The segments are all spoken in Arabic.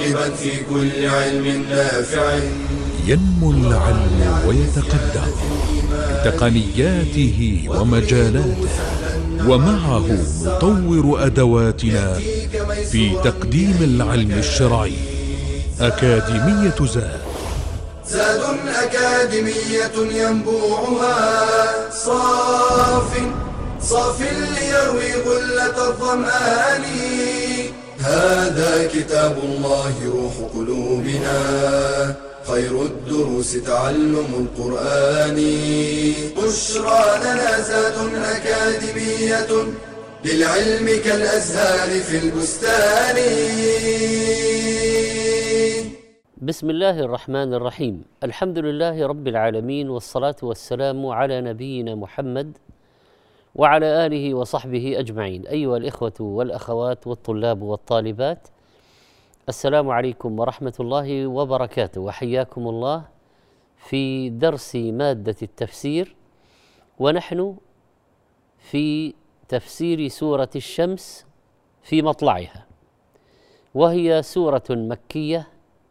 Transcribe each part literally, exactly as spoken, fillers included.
راغبا في كل علم نافع. ينمو العلم ويتقدم بتقنياته ومجالاته، ومعه نطور أدواتنا في تقديم العلم الشرعي. أكاديمية زاد، زاد أكاديمية ينبوعها صاف صاف ليروي غلة الظمآن. هذا كتاب الله روح قلوبنا، خير الدروس تعلم القرآن. بشرى لنا زاد أكاديمية للعلم كالأزهار في البستان. بسم الله الرحمن الرحيم. الحمد لله رب العالمين، والصلاة والسلام على نبينا محمد وعلى آله وصحبه أجمعين. أيها الإخوة والأخوات والطلاب والطالبات، السلام عليكم ورحمة الله وبركاته، وحياكم الله في درس مادة التفسير، ونحن في تفسير سورة الشمس في مطلعها، وهي سورة مكية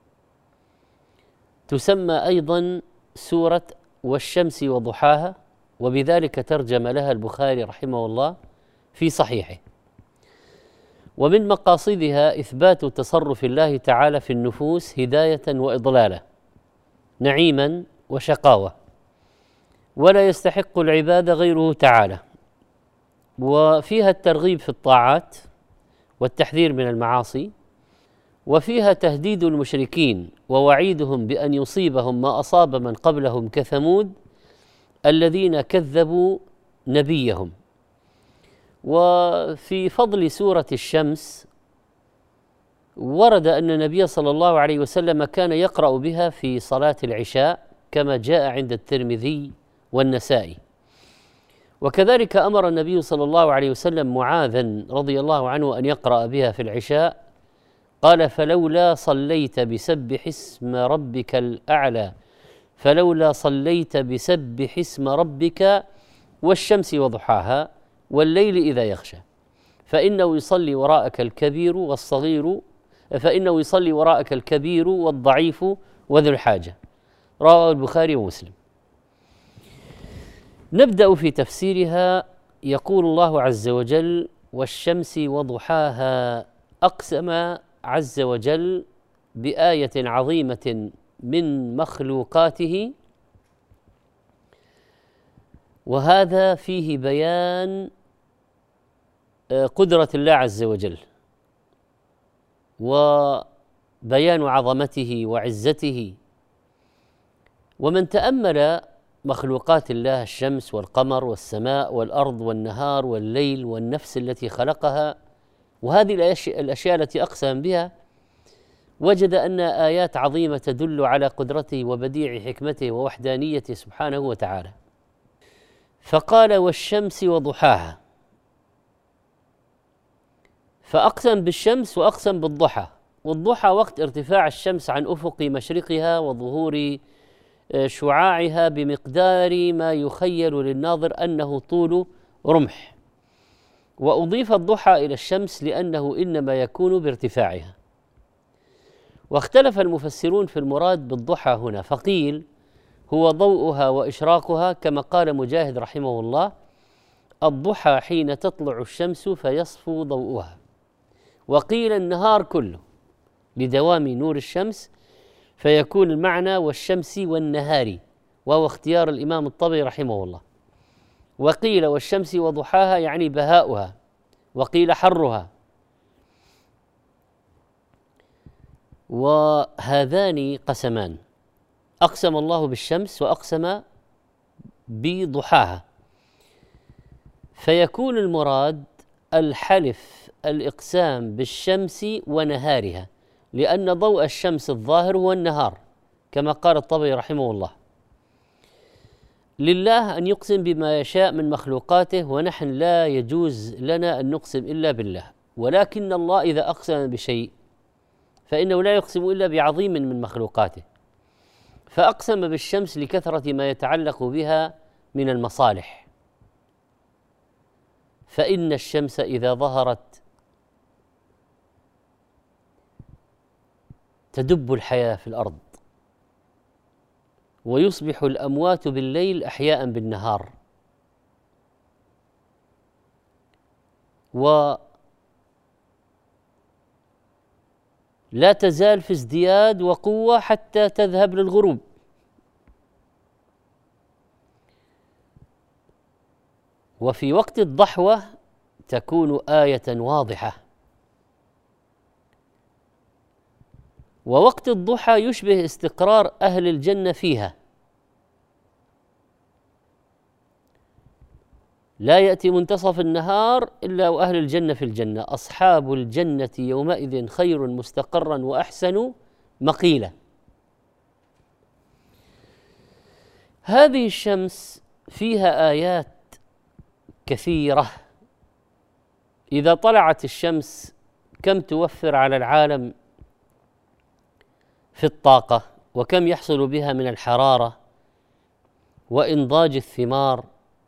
تسمى أيضا سورة والشمس وضحاها، وبذلك ترجم لها البخاري رحمه الله في صحيحه. ومن مقاصدها إثبات تصرف الله تعالى في النفوس هداية وإضلالا، نعيما وشقاوة، ولا يستحق العباد غيره تعالى. وفيها الترغيب في الطاعات والتحذير من المعاصي، وفيها تهديد المشركين ووعيدهم بأن يصيبهم ما أصاب من قبلهم كثمود الذين كذبوا نبيهم. وفي فضل سورة الشمس ورد أن النبي صلى الله عليه وسلم كان يقرأ بها في صلاة العشاء كما جاء عند الترمذي والنسائي. وكذلك أمر النبي صلى الله عليه وسلم معاذا رضي الله عنه أن يقرأ بها في العشاء، قال: فلولا صليت بسبح اسم ربك الأعلى فلولا صليت بسبح اسم ربك والشمس وضحاها والليل إذا يغشى فإنه يصلي وراءك الكبير والصغير فإنه يصلي وراءك الكبير والضعيف وذو الحاجة. رواه البخاري ومسلم. نبدأ في تفسيرها. يقول الله عز وجل: والشمس وضحاها. أقسم عز وجل بآية عظيمة من مخلوقاته، وهذا فيه بيان قدرة الله عز وجل وبيان عظمته وعزته. ومن تأمل مخلوقات الله، الشمس والقمر والسماء والأرض والنهار والليل والنفس التي خلقها، وهذه الأشياء التي أقسم بها، وجد أن آيات عظيمة تدل على قدرته وبديع حكمته ووحدانيته سبحانه وتعالى. فقال: والشمس وضحاها، فأقسم بالشمس وأقسم بالضحى. والضحى وقت ارتفاع الشمس عن أفق مشرقها وظهور شعاعها بمقدار ما يخيل للناظر أنه طول رمح. وأضيف الضحى إلى الشمس لأنه إنما يكون بارتفاعها. واختلف المفسرون في المراد بالضحى هنا، فقيل هو ضوءها وإشراقها كما قال مجاهد رحمه الله: الضحى حين تطلع الشمس فيصفو ضوءها. وقيل النهار كله لدوام نور الشمس، فيكون المعنى والشمس والنهار، وهو اختيار الإمام الطبري رحمه الله. وقيل والشمس وضحاها يعني بهاؤها، وقيل حرها. وهذان قسمان، أقسم الله بالشمس وأقسم بضحاها، فيكون المراد الحلف الإقسام بالشمس ونهارها، لأن ضوء الشمس الظاهر هو النهار كما قال الطبري رحمه الله. لله أن يقسم بما يشاء من مخلوقاته، ونحن لا يجوز لنا أن نقسم إلا بالله. ولكن الله إذا أقسم بشيء فإنه لا يقسم إلا بعظيم من مخلوقاته، فأقسم بالشمس لكثرة ما يتعلق بها من المصالح. فإن الشمس إذا ظهرت تدب الحياة في الأرض، ويصبح الأموات بالليل أحياء بالنهار، ولا تزال في ازدياد وقوة حتى تذهب للغروب. وفي وقت الضحوة تكون آية واضحة، ووقت الضحى يشبه استقرار أهل الجنة فيها، لا يأتي منتصف النهار إلا وأهل الجنة في الجنة. أصحاب الجنة يومئذ خير مستقرا وأحسن مقيلا. هذه الشمس فيها آيات كثيرة. إذا طلعت الشمس كم توفر على العالم في الطاقة، وكم يحصل بها من الحرارة وإنضاج الثمار.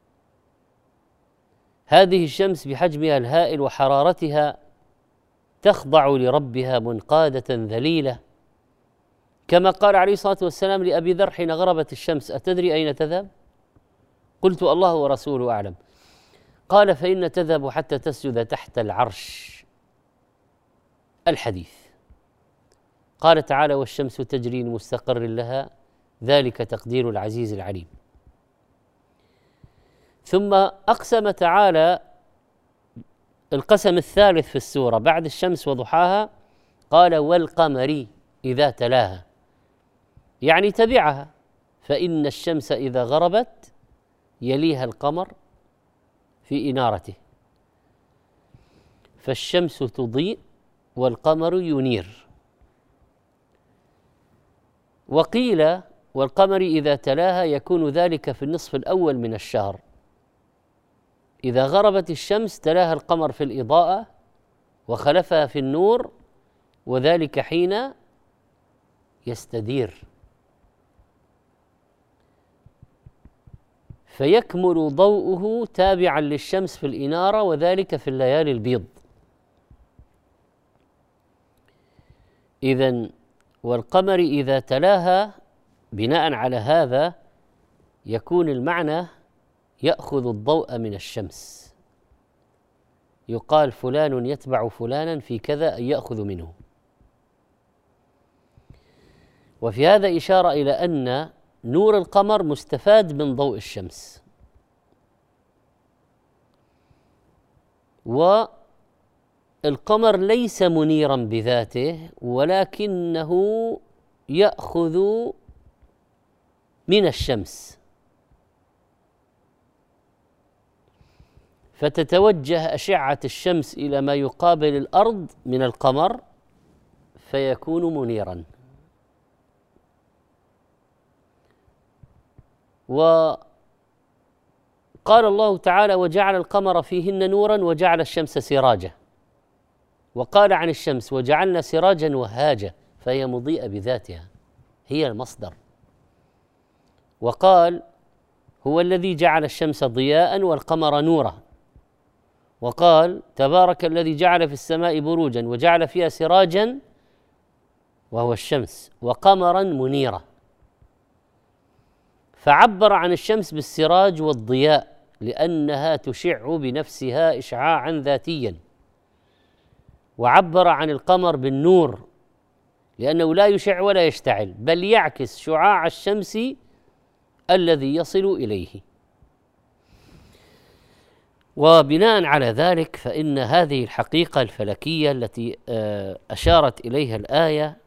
هذه الشمس بحجمها الهائل وحرارتها تخضع لربها منقادة ذليلة، كما قال عليه الصلاة والسلام لأبي ذر حين غربت الشمس: أتدري أين تذهب؟ قلت: الله ورسوله أعلم. قال: فإن تذهب حتى تسجد تحت العرش. الحديث. قال تعالى: والشمس تجري لمستقر لها ذلك تقدير العزيز العليم. ثم أقسم تعالى القسم الثالث في السورة بعد الشمس وضحاها، قال: والقمر إذا تلاها، يعني تبعها، فإن الشمس إذا غربت يليها القمر في إنارته، فالشمس تضيء والقمر ينير. وقيل: والقمر إذا تلاها يكون ذلك في النصف الأول من الشهر، إذا غربت الشمس تلاها القمر في الإضاءة وخلفها في النور، وذلك حين يستدير، فيكمل ضوءه تابعا للشمس في الإنارة، وذلك في الليالي البيض. إذن والقمر إذا تلاها، بناء على هذا يكون المعنى يأخذ الضوء من الشمس. يقال فلان يتبع فلانا في كذا، أي يأخذ منه. وفي هذا إشارة إلى أن نور القمر مستفاد من ضوء الشمس، والقمر ليس منيرا بذاته، ولكنه يأخذ من الشمس، فتتوجه أشعة الشمس إلى ما يقابل الأرض من القمر فيكون منيرا. وقال الله تعالى: وجعل القمر فيهن نورا وجعل الشمس سراجا. وقال عن الشمس: وجعلنا سراجا وهاجا، فهي مضيئة بذاتها، هي المصدر. وقال: هو الذي جعل الشمس ضياء والقمر نورا. وقال: تبارك الذي جعل في السماء بروجا وجعل فيها سراجا وهو الشمس وقمرا منيرا. فعبر عن الشمس بالسراج والضياء لأنها تشع بنفسها إشعاعا ذاتيا، وعبر عن القمر بالنور لأنه لا يشع ولا يشتعل، بل يعكس شعاع الشمس الذي يصل إليه. وبناء على ذلك فإن هذه الحقيقة الفلكية التي أشارت إليها الآية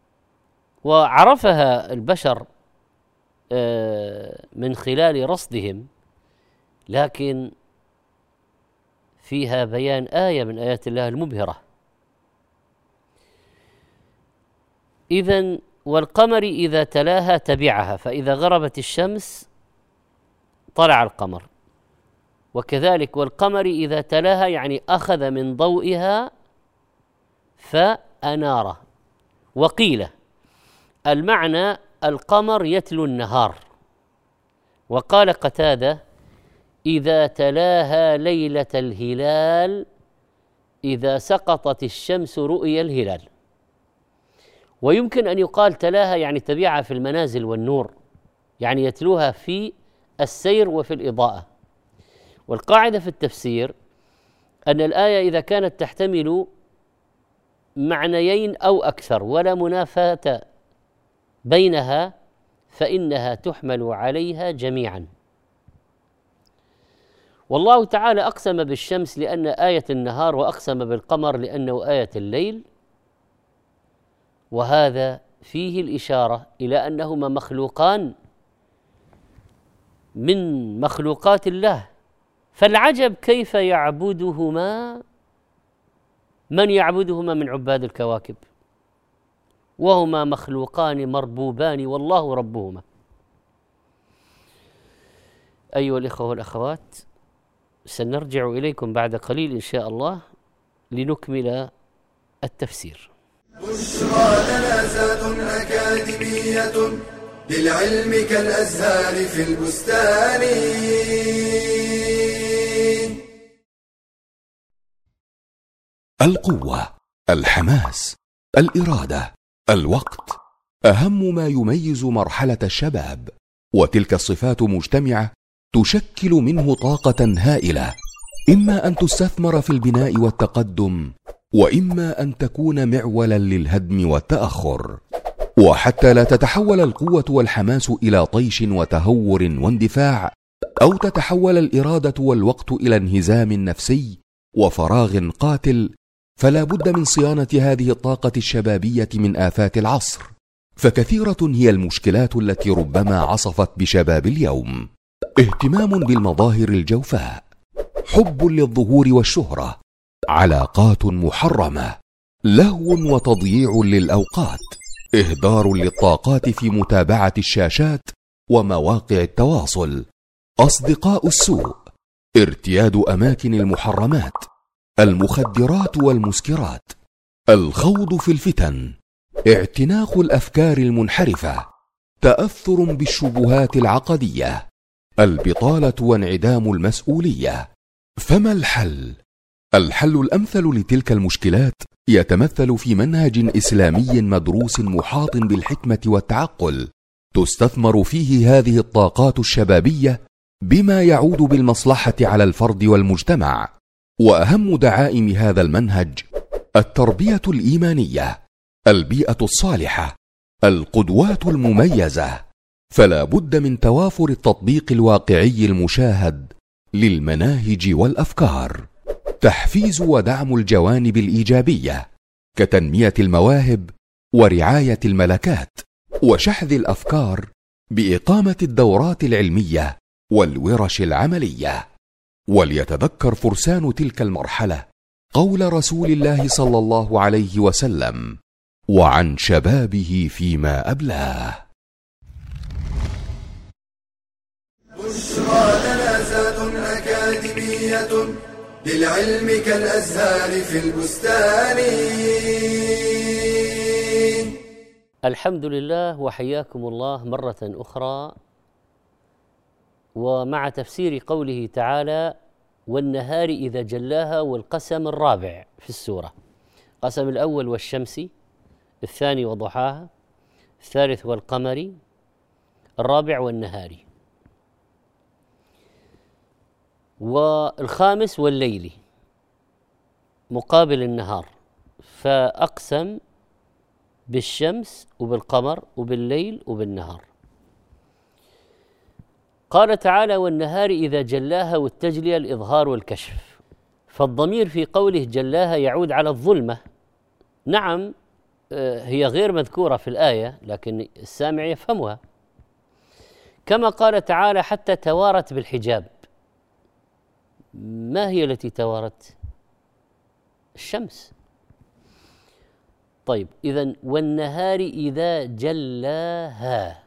وعرفها البشر من خلال رصدهم، لكن فيها بيان آية من آيات الله المبهرة. إذن والقمر إذا تلاها تبعها، فإذا غربت الشمس طلع القمر، وكذلك والقمر إذا تلاها يعني أخذ من ضوئها فأناره. وقيل المعنى القمر يتلو النهار. وقال قتادة: إذا تلاها ليلة الهلال إذا سقطت الشمس رؤي الهلال. ويمكن أن يقال تلاها يعني تبعها في المنازل والنور، يعني يتلوها في السير وفي الإضاءة. والقاعدة في التفسير أن الآية إذا كانت تحتمل معنيين أو أكثر ولا منافاة بينها فإنها تحمل عليها جميعا. والله تعالى أقسم بالشمس لأن آية النهار، وأقسم بالقمر لأنه آية الليل، وهذا فيه الإشارة إلى أنهما مخلوقان من مخلوقات الله، فالعجب كيف يعبدهما من يعبدهما من عباد الكواكب، وهما مخلوقان مربوبان والله ربهما. أيها الإخوة والأخوات، سنرجع إليكم بعد قليل إن شاء الله لنكمل التفسير. بشرى لنا زاد أكاديمية للعلم كالأزهار في البستان. القوة، الحماس، الإرادة، الوقت أهم ما يميز مرحلة الشباب، وتلك الصفات مجتمعة تشكل منه طاقة هائلة، إما أن تستثمر في البناء والتقدم، وإما أن تكون معولا للهدم والتأخر. وحتى لا تتحول القوة والحماس إلى طيش وتهور واندفاع، أو تتحول الإرادة والوقت إلى انهزام نفسي وفراغ قاتل، فلا بد من صيانة هذه الطاقة الشبابية من آفات العصر. فكثيرة هي المشكلات التي ربما عصفت بشباب اليوم: اهتمام بالمظاهر الجوفاء، حب للظهور والشهرة، علاقات محرمة، لهو وتضييع للأوقات، إهدار للطاقات في متابعة الشاشات ومواقع التواصل، أصدقاء السوء، ارتياد أماكن المحرمات، المخدرات والمسكرات، الخوض في الفتن، اعتناق الأفكار المنحرفة، تأثر بالشبهات العقدية، البطالة وانعدام المسؤولية. فما الحل؟ الحل الأمثل لتلك المشكلات يتمثل في منهج إسلامي مدروس محاط بالحكمة والتعقل، تستثمر فيه هذه الطاقات الشبابية بما يعود بالمصلحة على الفرد والمجتمع. وأهم دعائم هذا المنهج التربية الإيمانية، البيئة الصالحة، القدوات المميزة. فلا بد من توافر التطبيق الواقعي المشاهد للمناهج والأفكار، تحفيز ودعم الجوانب الإيجابية كتنمية المواهب ورعاية الملكات وشحذ الأفكار بإقامة الدورات العلمية والورش العملية. وليتذكر فرسان تلك المرحلة قول رسول الله صلى الله عليه وسلم: وعن شبابه فيما أبلاه. بشرى لنا زاد أكاديمية للعلم كالأزهار في البستان. الحمد لله، وحياكم الله مرة أخرى، ومع تفسير قوله تعالى: والنهار إذا جلاها، والقسم الرابع في السورة. القسم الأول والشمس، الثاني وضحاها، الثالث والقمر، الرابع والنهار، والخامس والليل مقابل النهار. فأقسم بالشمس وبالقمر وبالليل وبالنهار. قال تعالى: والنهار إذا جلاها، والتجلية الإظهار والكشف. فالضمير في قوله جلاها يعود على الظلمة. نعم، هي غير مذكورة في الآية لكن السامع يفهمها، كما قال تعالى: حتى توارت بالحجاب. ما هي التي توارت؟ الشمس. طيب، إذن والنهار إذا جلاها.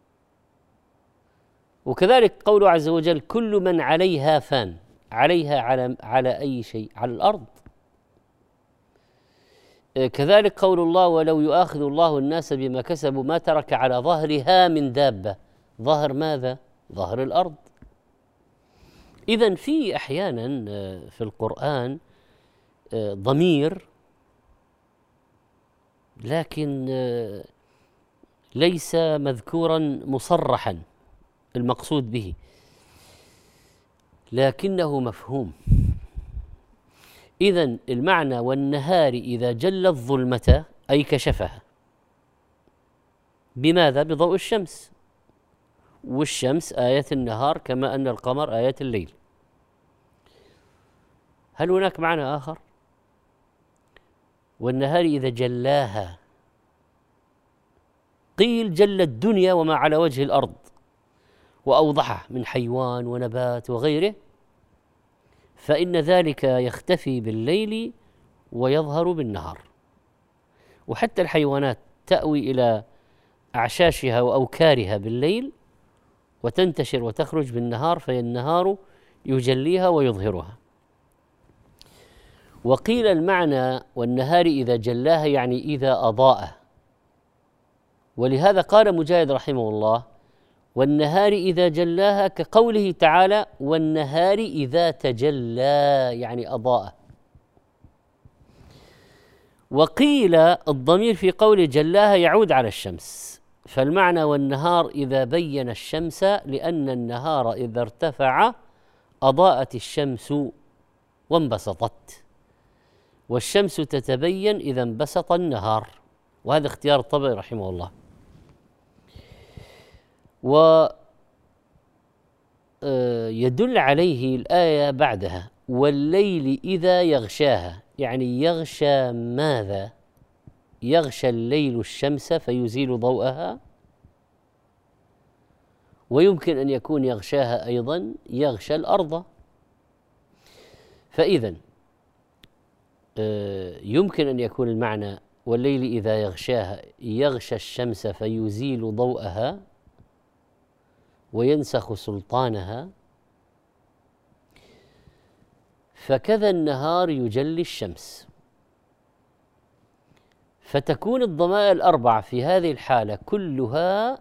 وكذلك قوله عز وجل: كل من عليها فان. عليها على, على أي شيء؟ على الأرض. كذلك قول الله: ولو يؤاخذ الله الناس بما كسبوا ما ترك على ظهرها من دابة. ظهر ماذا؟ ظهر الأرض. إذن في أحيانا في القرآن ضمير لكن ليس مذكورا مصرحا المقصود به، لكنه مفهوم. إذن المعنى والنهار إذا جل الظلمة أي كشفها. بماذا؟ بضوء الشمس، والشمس آية النهار كما أن القمر آية الليل. هل هناك معنى آخر؟ والنهار إذا جلاها، قيل جل الدنيا وما على وجه الأرض وأوضحه من حيوان ونبات وغيره، فإن ذلك يختفي بالليل ويظهر بالنهار. وحتى الحيوانات تأوي إلى أعشاشها وأوكارها بالليل وتنتشر وتخرج بالنهار، فالنهار يجليها ويظهرها. وقيل المعنى والنهار إذا جلاها يعني إذا أضاء، ولهذا قال مجاهد رحمه الله: والنهار إذا جلاها، كقوله تعالى: والنهار إذا تجلى يعني أضاء. وقيل الضمير في قول جلاها يعود على الشمس، فالمعنى والنهار إذا بين الشمس، لأن النهار إذا ارتفع أضاءت الشمس وانبسطت، والشمس تتبين إذا انبسط النهار. وهذا اختيار الطبري رحمه الله. ويدل عليه الآية بعدها: والليل إذا يغشاها، يعني يغشى ماذا؟ يغشى الليل الشمس فيزيل ضوءها، ويمكن أن يكون يغشاها أيضا يغشى الأرض. فإذن يمكن أن يكون المعنى والليل إذا يغشاها يغشى الشمس فيزيل ضوءها وينسخ سلطانها، فكذا النهار يجلي الشمس. فتكون الضمائر الأربعة في هذه الحالة كلها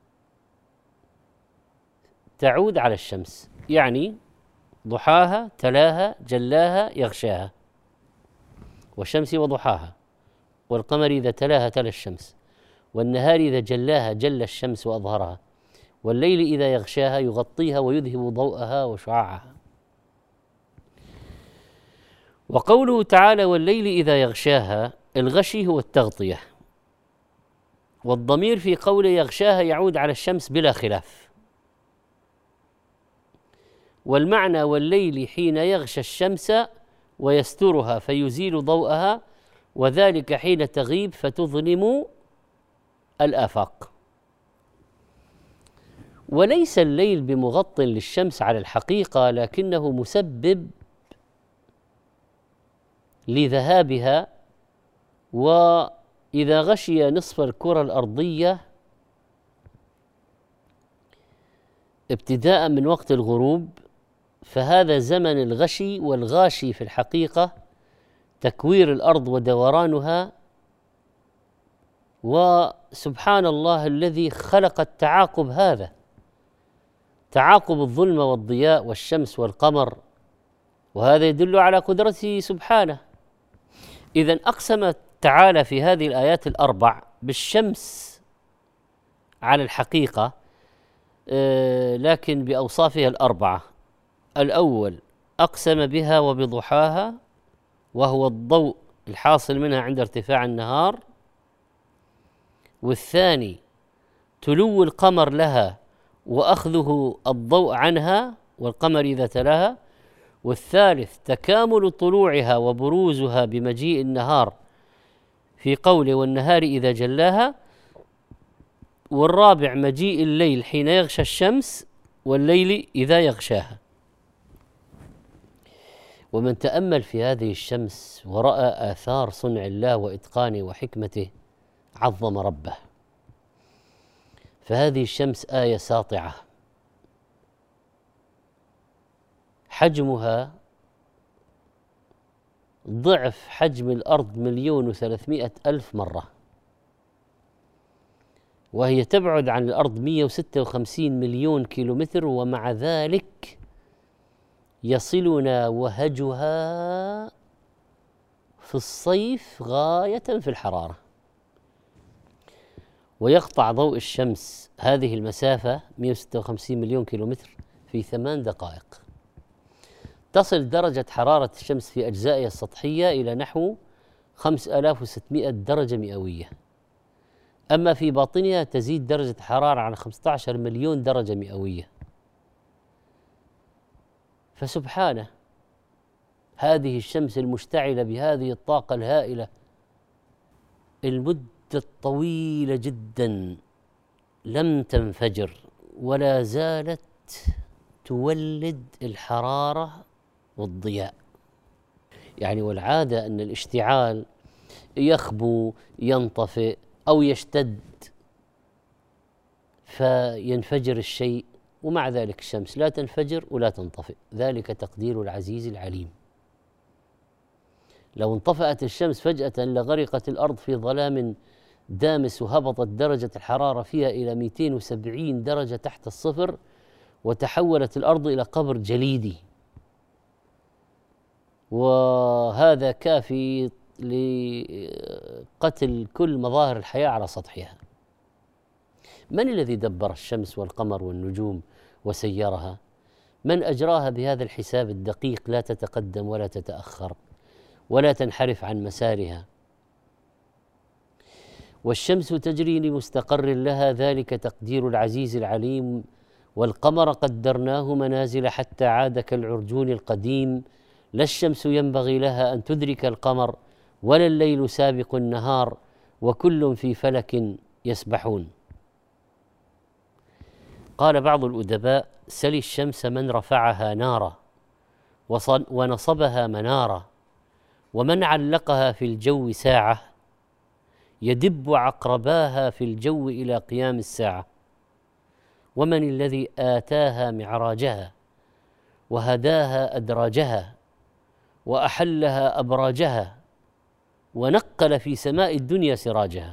تعود على الشمس، يعني ضحاها، تلاها، جلاها، يغشاها، والشمس وضحاها، والقمر إذا تلاها تلا الشمس، والنهار إذا جلاها جل الشمس وأظهرها، والليل إذا يغشاها يغطيها ويذهب ضوءها وشعاعها. وقوله تعالى: والليل إذا يغشاها، الغشي هو التغطية، والضمير في قوله يغشاها يعود على الشمس بلا خلاف. والمعنى والليل حين يغشى الشمس ويسترها فيزيل ضوءها، وذلك حين تغيب فتظلم الآفاق. وليس الليل بمغط للشمس على الحقيقة، لكنه مسبب لذهابها. وإذا غشي نصف الكرة الأرضية ابتداء من وقت الغروب، فهذا زمن الغشي، والغاشي في الحقيقة تكوير الأرض ودورانها. وسبحان الله الذي خلق التعاقب هذا، تعاقب الظلمة والضياء والشمس والقمر، وهذا يدل على قدرته سبحانه. إذن أقسم تعالى في هذه الآيات الأربع بالشمس على الحقيقة، لكن بأوصافها الأربعة. الأول أقسم بها وبضحاها، وهو الضوء الحاصل منها عند ارتفاع النهار. والثاني تلو القمر لها وأخذه الضوء عنها، والقمر إذا تلاها. والثالث تكامل طلوعها وبروزها بمجيء النهار في قوله: والنهار إذا جلاها. والرابع مجيء الليل حين يغشى الشمس، والليل إذا يغشاها. ومن تأمل في هذه الشمس ورأى آثار صنع الله وإتقانه وحكمته عظم ربه. فهذه الشمس آية ساطعة، حجمها ضعف حجم الأرض مليون وثلاثمائة ألف مرة، وهي تبعد عن الأرض مئة وستة وخمسين مليون كيلومتر، ومع ذلك يصلنا وهجها في الصيف غاية في الحرارة. ويقطع ضوء الشمس هذه المسافة مئة وستة وخمسين مليون كيلومتر في ثمان دقائق. تصل درجة حرارة الشمس في أجزائها السطحية إلى نحو خمسة آلاف وستمائة درجة مئوية، أما في باطنها تزيد درجة الحرارة عن خمسة عشر مليون درجة مئوية. فسبحانه، هذه الشمس المشتعلة بهذه الطاقة الهائلة المدة الطويلة جدا لم تنفجر ولا زالت تولد الحرارة والضياء. يعني والعادة أن الاشتعال يخبو، ينطفئ أو يشتد فينفجر الشيء، ومع ذلك الشمس لا تنفجر ولا تنطفئ، ذلك تقدير العزيز العليم. لو انطفأت الشمس فجأة لغرقت الأرض في ظلام دامس، وهبطت درجة الحرارة فيها إلى مئتين وسبعين درجة تحت الصفر، وتحولت الأرض إلى قبر جليدي، وهذا كافي لقتل كل مظاهر الحياة على سطحها. من الذي دبر الشمس والقمر والنجوم وسيرها؟ من أجراها بهذا الحساب الدقيق، لا تتقدم ولا تتأخر ولا تنحرف عن مسارها؟ والشمس تجري لمستقر لها، ذلك تقدير العزيز العليم. والقمر قدرناه منازل حتى عاد كالعرجون القديم، لا الشمس ينبغي لها أن تدرك القمر ولا الليل سابق النهار، وكل في فلك يسبحون. قال بعض الأدباء: سل الشمس من رفعها نارا ونصبها منارا، ومن علقها في الجو ساعة، يدب عقرباها في الجو إلى قيام الساعة. ومن الذي آتاها معراجها وهداها أدراجها وأحلها أبراجها ونقل في سماء الدنيا سراجها.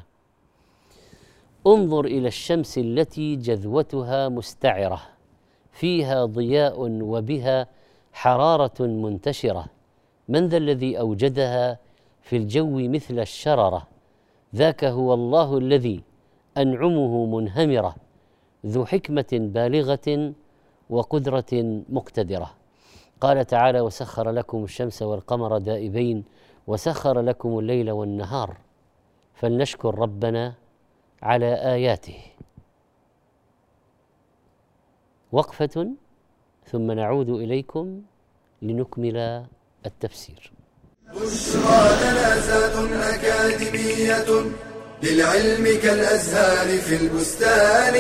انظر إلى الشمس التي جذوتها مستعرة، فيها ضياء وبها حرارة منتشرة. من ذا الذي أوجدها في الجو مثل الشررة؟ ذاك هو الله الذي أنعمه منهمرة، ذو حكمة بالغة وقدرة مقتدرة. قال تعالى: وسخر لكم الشمس والقمر دائبين وسخر لكم الليل والنهار، فلنشكر ربنا على آياته. وقفة ثم نعود إليكم لنكمل التفسير. بشرى لنا زاد أكاديمية للعلم كالأزهار في البستان.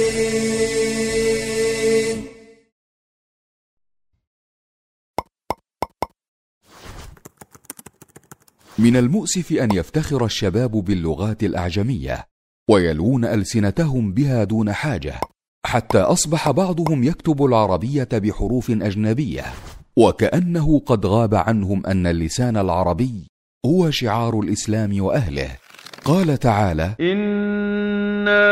من المؤسف أن يفتخر الشباب باللغات الأعجمية ويلوون ألسنتهم بها دون حاجة، حتى أصبح بعضهم يكتب العربية بحروف أجنبية، وكأنه قد غاب عنهم أن اللسان العربي هو شعار الإسلام وأهله. قال تعالى: إنا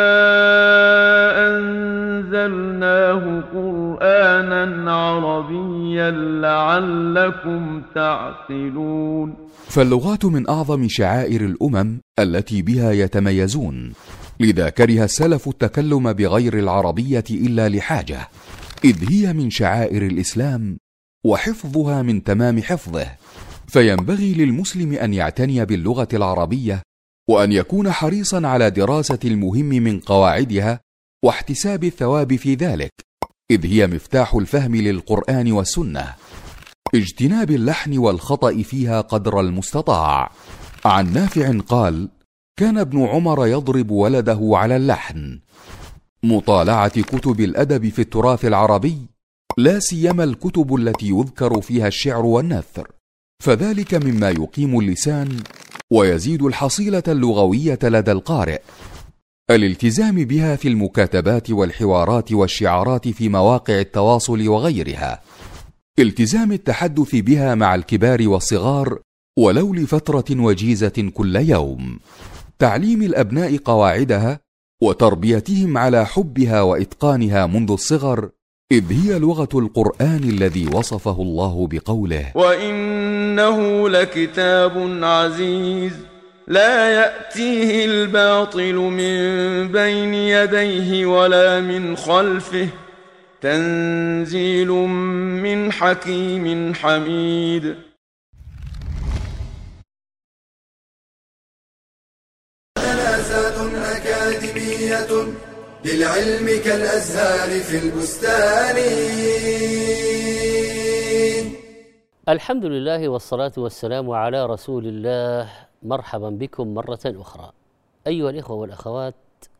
أنزلناه قرآنا عربيا لعلكم تعقلون. فاللغات من أعظم شعائر الأمم التي بها يتميزون، لذا كره السلف التكلم بغير العربية إلا لحاجة، إذ هي من شعائر الإسلام وحفظها من تمام حفظه. فينبغي للمسلم أن يعتني باللغة العربية، وأن يكون حريصا على دراسة المهم من قواعدها واحتساب الثواب في ذلك، إذ هي مفتاح الفهم للقرآن والسنة. اجتناب اللحن والخطأ فيها قدر المستطاع. عن نافع قال: كان ابن عمر يضرب ولده على اللحن. مطالعة كتب الأدب في التراث العربي، لا سيما الكتب التي يذكر فيها الشعر والنثر، فذلك مما يقيم اللسان ويزيد الحصيلة اللغوية لدى القارئ. الالتزام بها في المكاتبات والحوارات والشعارات في مواقع التواصل وغيرها. التزام التحدث بها مع الكبار والصغار ولو لفترة وجيزة كل يوم. تعليم الأبناء قواعدها وتربيتهم على حبها وإتقانها منذ الصغر، إذ هي لغة القرآن الذي وصفه الله بقوله: وإنه لكتاب عزيز لا يأتيه الباطل من بين يديه ولا من خلفه تنزيل من حكيم حميد. جنازات أكاديمية للعلم كالأزهار في البستان. الحمد لله والصلاة والسلام على رسول الله. مرحبا بكم مرة أخرى أيها الإخوة والأخوات.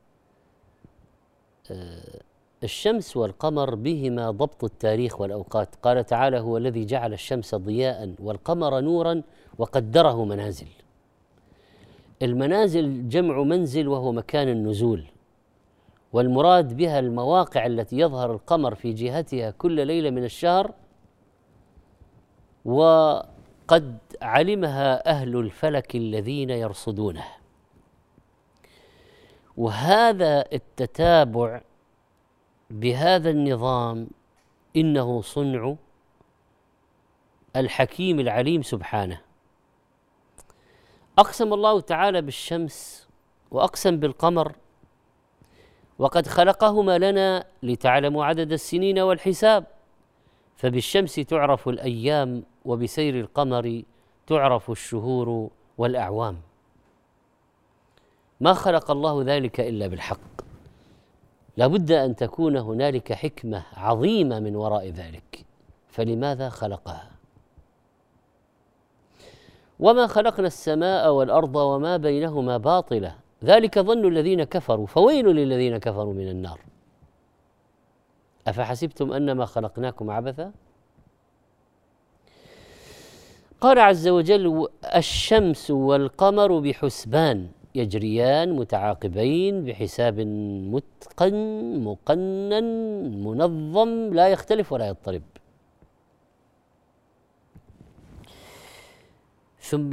الشمس والقمر بهما ضبط التاريخ والأوقات. قال تعالى: هو الذي جعل الشمس ضياء والقمر نورا وقدره منازل. المنازل جمع منزل وهو مكان النزول، والمراد بها المواقع التي يظهر القمر في جهتها كل ليلة من الشهر، وقد علمها أهل الفلك الذين يرصدونه. وهذا التتابع بهذا النظام إنه صنع الحكيم العليم سبحانه. أقسم الله تعالى بالشمس وأقسم بالقمر: وقد خلقهما لنا لتعلموا عدد السنين والحساب، فبالشمس تعرف الأيام وبسير القمر تعرف الشهور والأعوام. ما خلق الله ذلك إلا بالحق، لابد أن تكون هنالك حكمة عظيمة من وراء ذلك، فلماذا خلقها؟ وما خلقنا السماء والأرض وما بينهما باطلا، ذلك ظن الذين كفروا، فويل للذين كفروا من النار. أفحسبتم أنما خلقناكم عبثا؟ قال عز وجل: الشمس والقمر بحسبان يجريان متعاقبين بحساب متقن مقنن منظم لا يختلف ولا يضطرب. ثم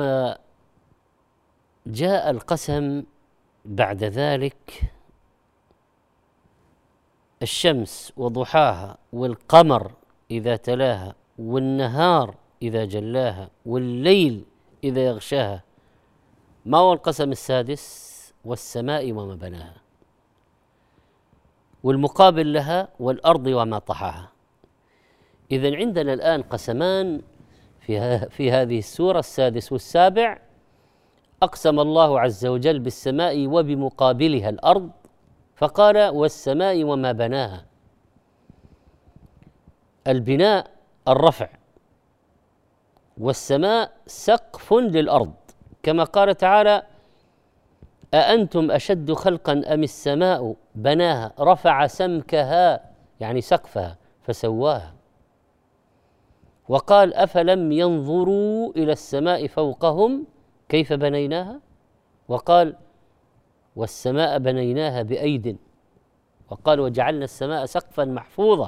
جاء القسم بعد ذلك: الشمس وضحاها والقمر إذا تلاها والنهار إذا جلاها والليل إذا يغشاها. ما هو القسم السادس؟ والسماء وما بناها، والمقابل لها والأرض وما طحاها. إذن عندنا الآن قسمان في, في هذه السورة، السادس والسابع. أقسم الله عز وجل بالسماء وبمقابلها الأرض، فقال: والسماء وما بناها. البناء الرفع، والسماء سقف للأرض، كما قال تعالى: أأنتم أشد خلقا أم السماء بناها رفع سمكها، يعني سقفها، فسواها. وقال: أفلم ينظروا إلى السماء فوقهم كيف بنيناها. وقال: والسماء بنيناها بأيد. وقال: وجعلنا السماء سقفا محفوظا.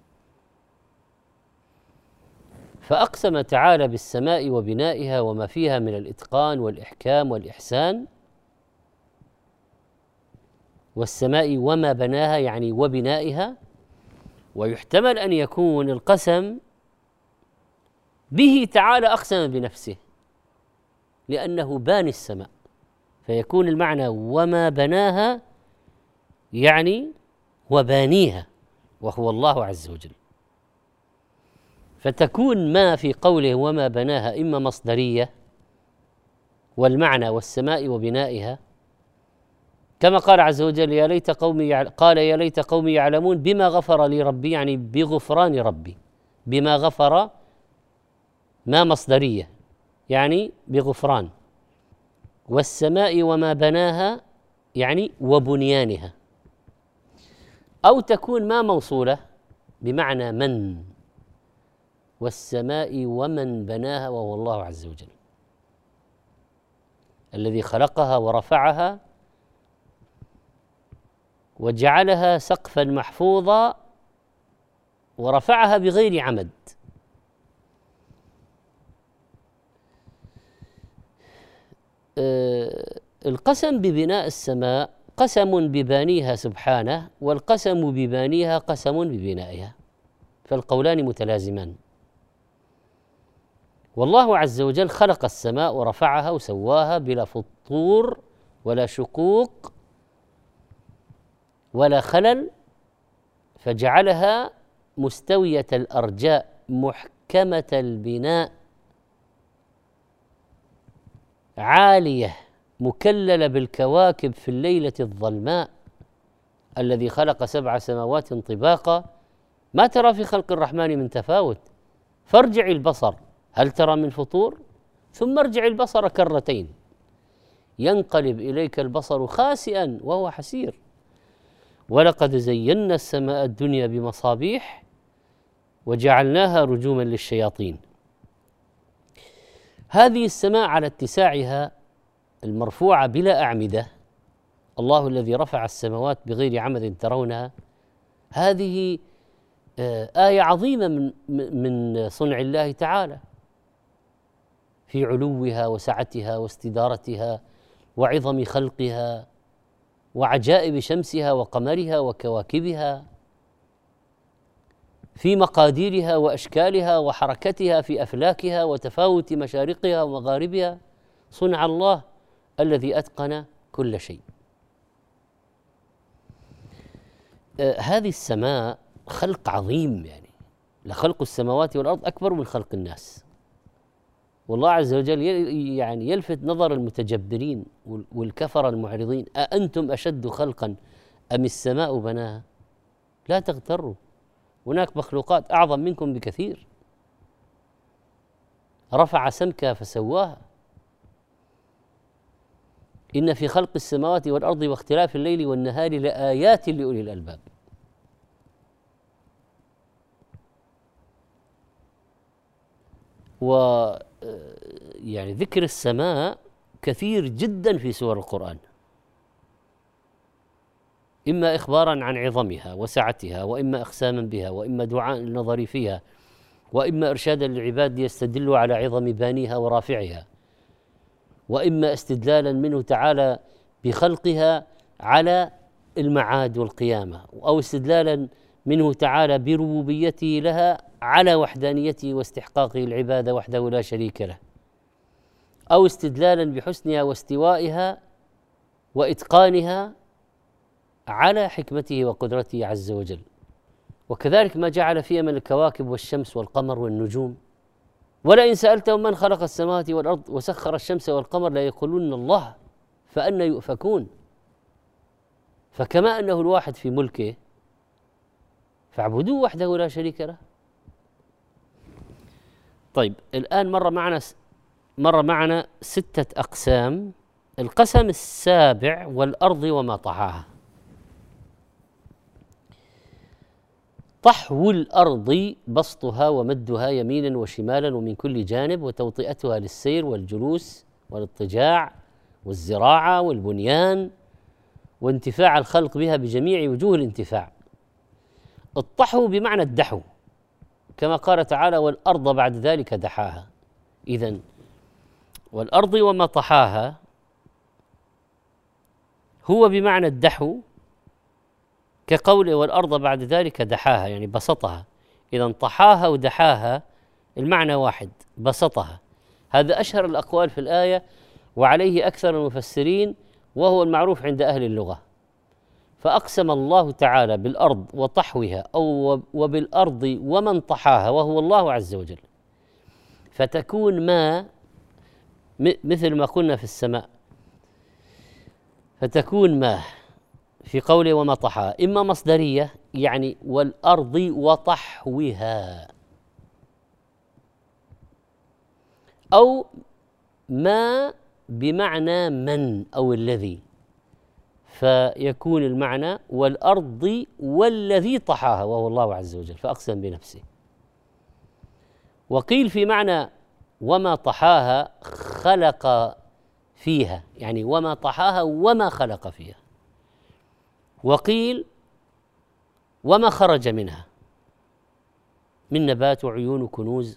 فأقسم تعالى بالسماء وبنائها وما فيها من الإتقان والإحكام والإحسان. والسماء وما بناها يعني وبنائها. ويحتمل أن يكون القسم به تعالى أقسم بنفسه لأنه باني السماء، فيكون المعنى وما بناها يعني وبانيها، وهو الله عز وجل. فتكون ما في قوله وما بناها إما مصدرية، والمعنى والسماء وبنائها، كما قال عز وجل: يا ليت قومي قال يا ليت قومي يعلمون بما غفر لي ربي، يعني بغفران ربي. بما غفر ما مصدرية يعني بغفران، والسماء وما بناها يعني وبنيانها. أو تكون ما موصولة بمعنى من، والسماء ومن بناها، وهو الله عز وجل الذي خلقها ورفعها وجعلها سقفا محفوظا ورفعها بغير عمد. أه القسم ببناء السماء قسم ببانيها سبحانه، والقسم ببانيها قسم ببنائها، فالقولان متلازمان. والله عز وجل خلق السماء ورفعها وسواها بلا فطور ولا شقوق ولا خلل، فجعلها مستوية الأرجاء محكمة البناء عالية مكللة بالكواكب في الليلة الظلماء. الذي خلق سبع سماوات طباقا ما ترى في خلق الرحمن من تفاوت فارجع البصر هل ترى من فطور ثم ارجع البصر كرتين ينقلب إليك البصر خاسئا وهو حسير ولقد زينا السماء الدنيا بمصابيح وجعلناها رجوما للشياطين. هذه السماء على اتساعها المرفوعة بلا أعمدة، الله الذي رفع السماوات بغير عمد ترونها، هذه آية عظيمة من من صنع الله تعالى في علوها وسعتها واستدارتها وعظم خلقها وعجائب شمسها وقمرها وكواكبها، في مقاديرها وأشكالها وحركتها في أفلاكها وتفاوت مشارقها ومغاربها، صنع الله الذي أتقن كل شيء. آه هذه السماء خلق عظيم، يعني لخلق السماوات والأرض أكبر من خلق الناس، والله عز وجل يعني يلفت نظر المتجبرين والكفر المعرضين: أأنتم أشد خلقا أم السماء بناها؟ لا تغتروا، هناك مخلوقات أعظم منكم بكثير. رفع سمكها فسواها. إن في خلق السماوات والأرض واختلاف الليل والنهار لآيات لأولي الألباب. و يعني ذكر السماء كثير جدا في سور القرآن، إما إخبارا عن عظمها وسعتها، وإما إقساما بها، وإما دعاء النظر فيها، وإما إرشادا للعباد ليستدلوا على عظم بانيها ورافعها، وإما استدلالا منه تعالى بخلقها على المعاد والقيامة، أو استدلالا منه تعالى بربوبيته لها على وحدانيته واستحقاقه العبادة وحده لا شريك له، أو استدلالا بحسنها واستوائها وإتقانها على حكمته وقدرته عز وجل. وكذلك ما جعل فيها من الكواكب والشمس والقمر والنجوم. ولئن سألتهم من خلق السماوات والأرض وسخر الشمس والقمر ليقولون الله فأنى يؤفكون. فكما أنه الواحد في ملكه فاعبدوه وحده لا شريك له. طيب الآن مر معنا مر معنا ستة أقسام. القسم السابع: والأرض وما طحاها. طحو الأرض بسطها ومدها يمينا وشمالا ومن كل جانب، وتوطئتها للسير والجلوس والاضطجاع والزراعة والبنيان وانتفاع الخلق بها بجميع وجوه الانتفاع. الطحو بمعنى الدحو، كما قال تعالى: والأرض بعد ذلك دحاها. إذن والأرض وما طحاها هو بمعنى الدحو، كقوله: والأرض بعد ذلك دحاها، يعني بسطها. إذن طحاها ودحاها المعنى واحد، بسطها. هذا أشهر الأقوال في الآية وعليه أكثر المفسرين، وهو المعروف عند أهل اللغة. فأقسم الله تعالى بالأرض وطحوها أو وبالأرض ومن طحاها وهو الله عز وجل، فتكون ما مثل ما قلنا في السماء، فتكون ما في قوله وما طحاها إما مصدرية، يعني والأرض وطحوها، أو ما بمعنى من أو الذي، فيكون المعنى والأرض والذي طحاها وهو الله عز وجل، فأقسم بنفسه. وقيل في معنى وما طحاها خلق فيها، يعني وما طحاها وما خلق فيها. وقيل وما خرج منها من نبات وعيون وكنوز.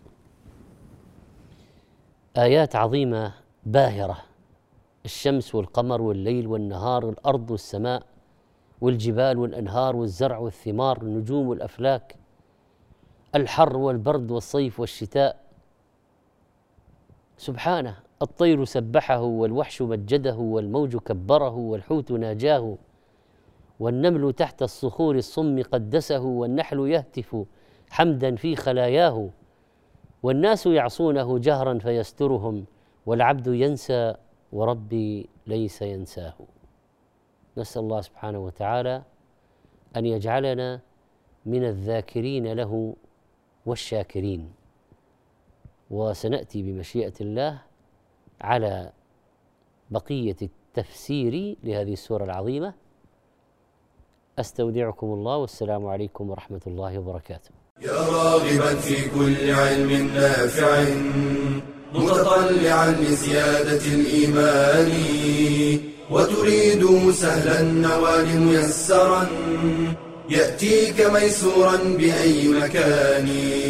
آيات عظيمة باهرة: الشمس والقمر والليل والنهار والأرض والسماء والجبال والأنهار والزرع والثمار والنجوم والأفلاك، الحر والبرد والصيف والشتاء. سبحانه، الطير سبحه والوحش مجده والموج كبره والحوت ناجاه والنمل تحت الصخور الصم قدسه والنحل يهتف حمدا في خلاياه والناس يعصونه جهرا فيسترهم والعبد ينسى وربي ليس ينساه. نسأل الله سبحانه وتعالى أن يجعلنا من الذاكرين له والشاكرين. وسنأتي بمشيئة الله على بقية التفسير لهذه السورة العظيمة. أستودعكم الله والسلام عليكم ورحمة الله وبركاته. يا راغبا في كل علم نافع متطلعا لزيادة الإيمان وتريد سهلا النوال ميسرا يأتيك ميسورا بأي مكان.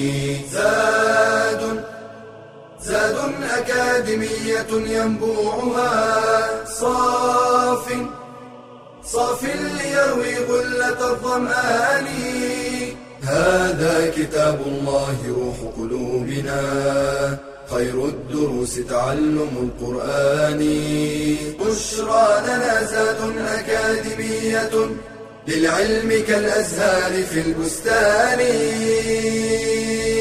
زاد زاد أكاديمية ينبوعها صاف صاف ليروي غلة الظمآن. هذا كتاب الله روح قلوبنا خير الدروس تعلم القرآن. بشرى لنا زاد أكاديمية للعلم كالأزهار في البستان.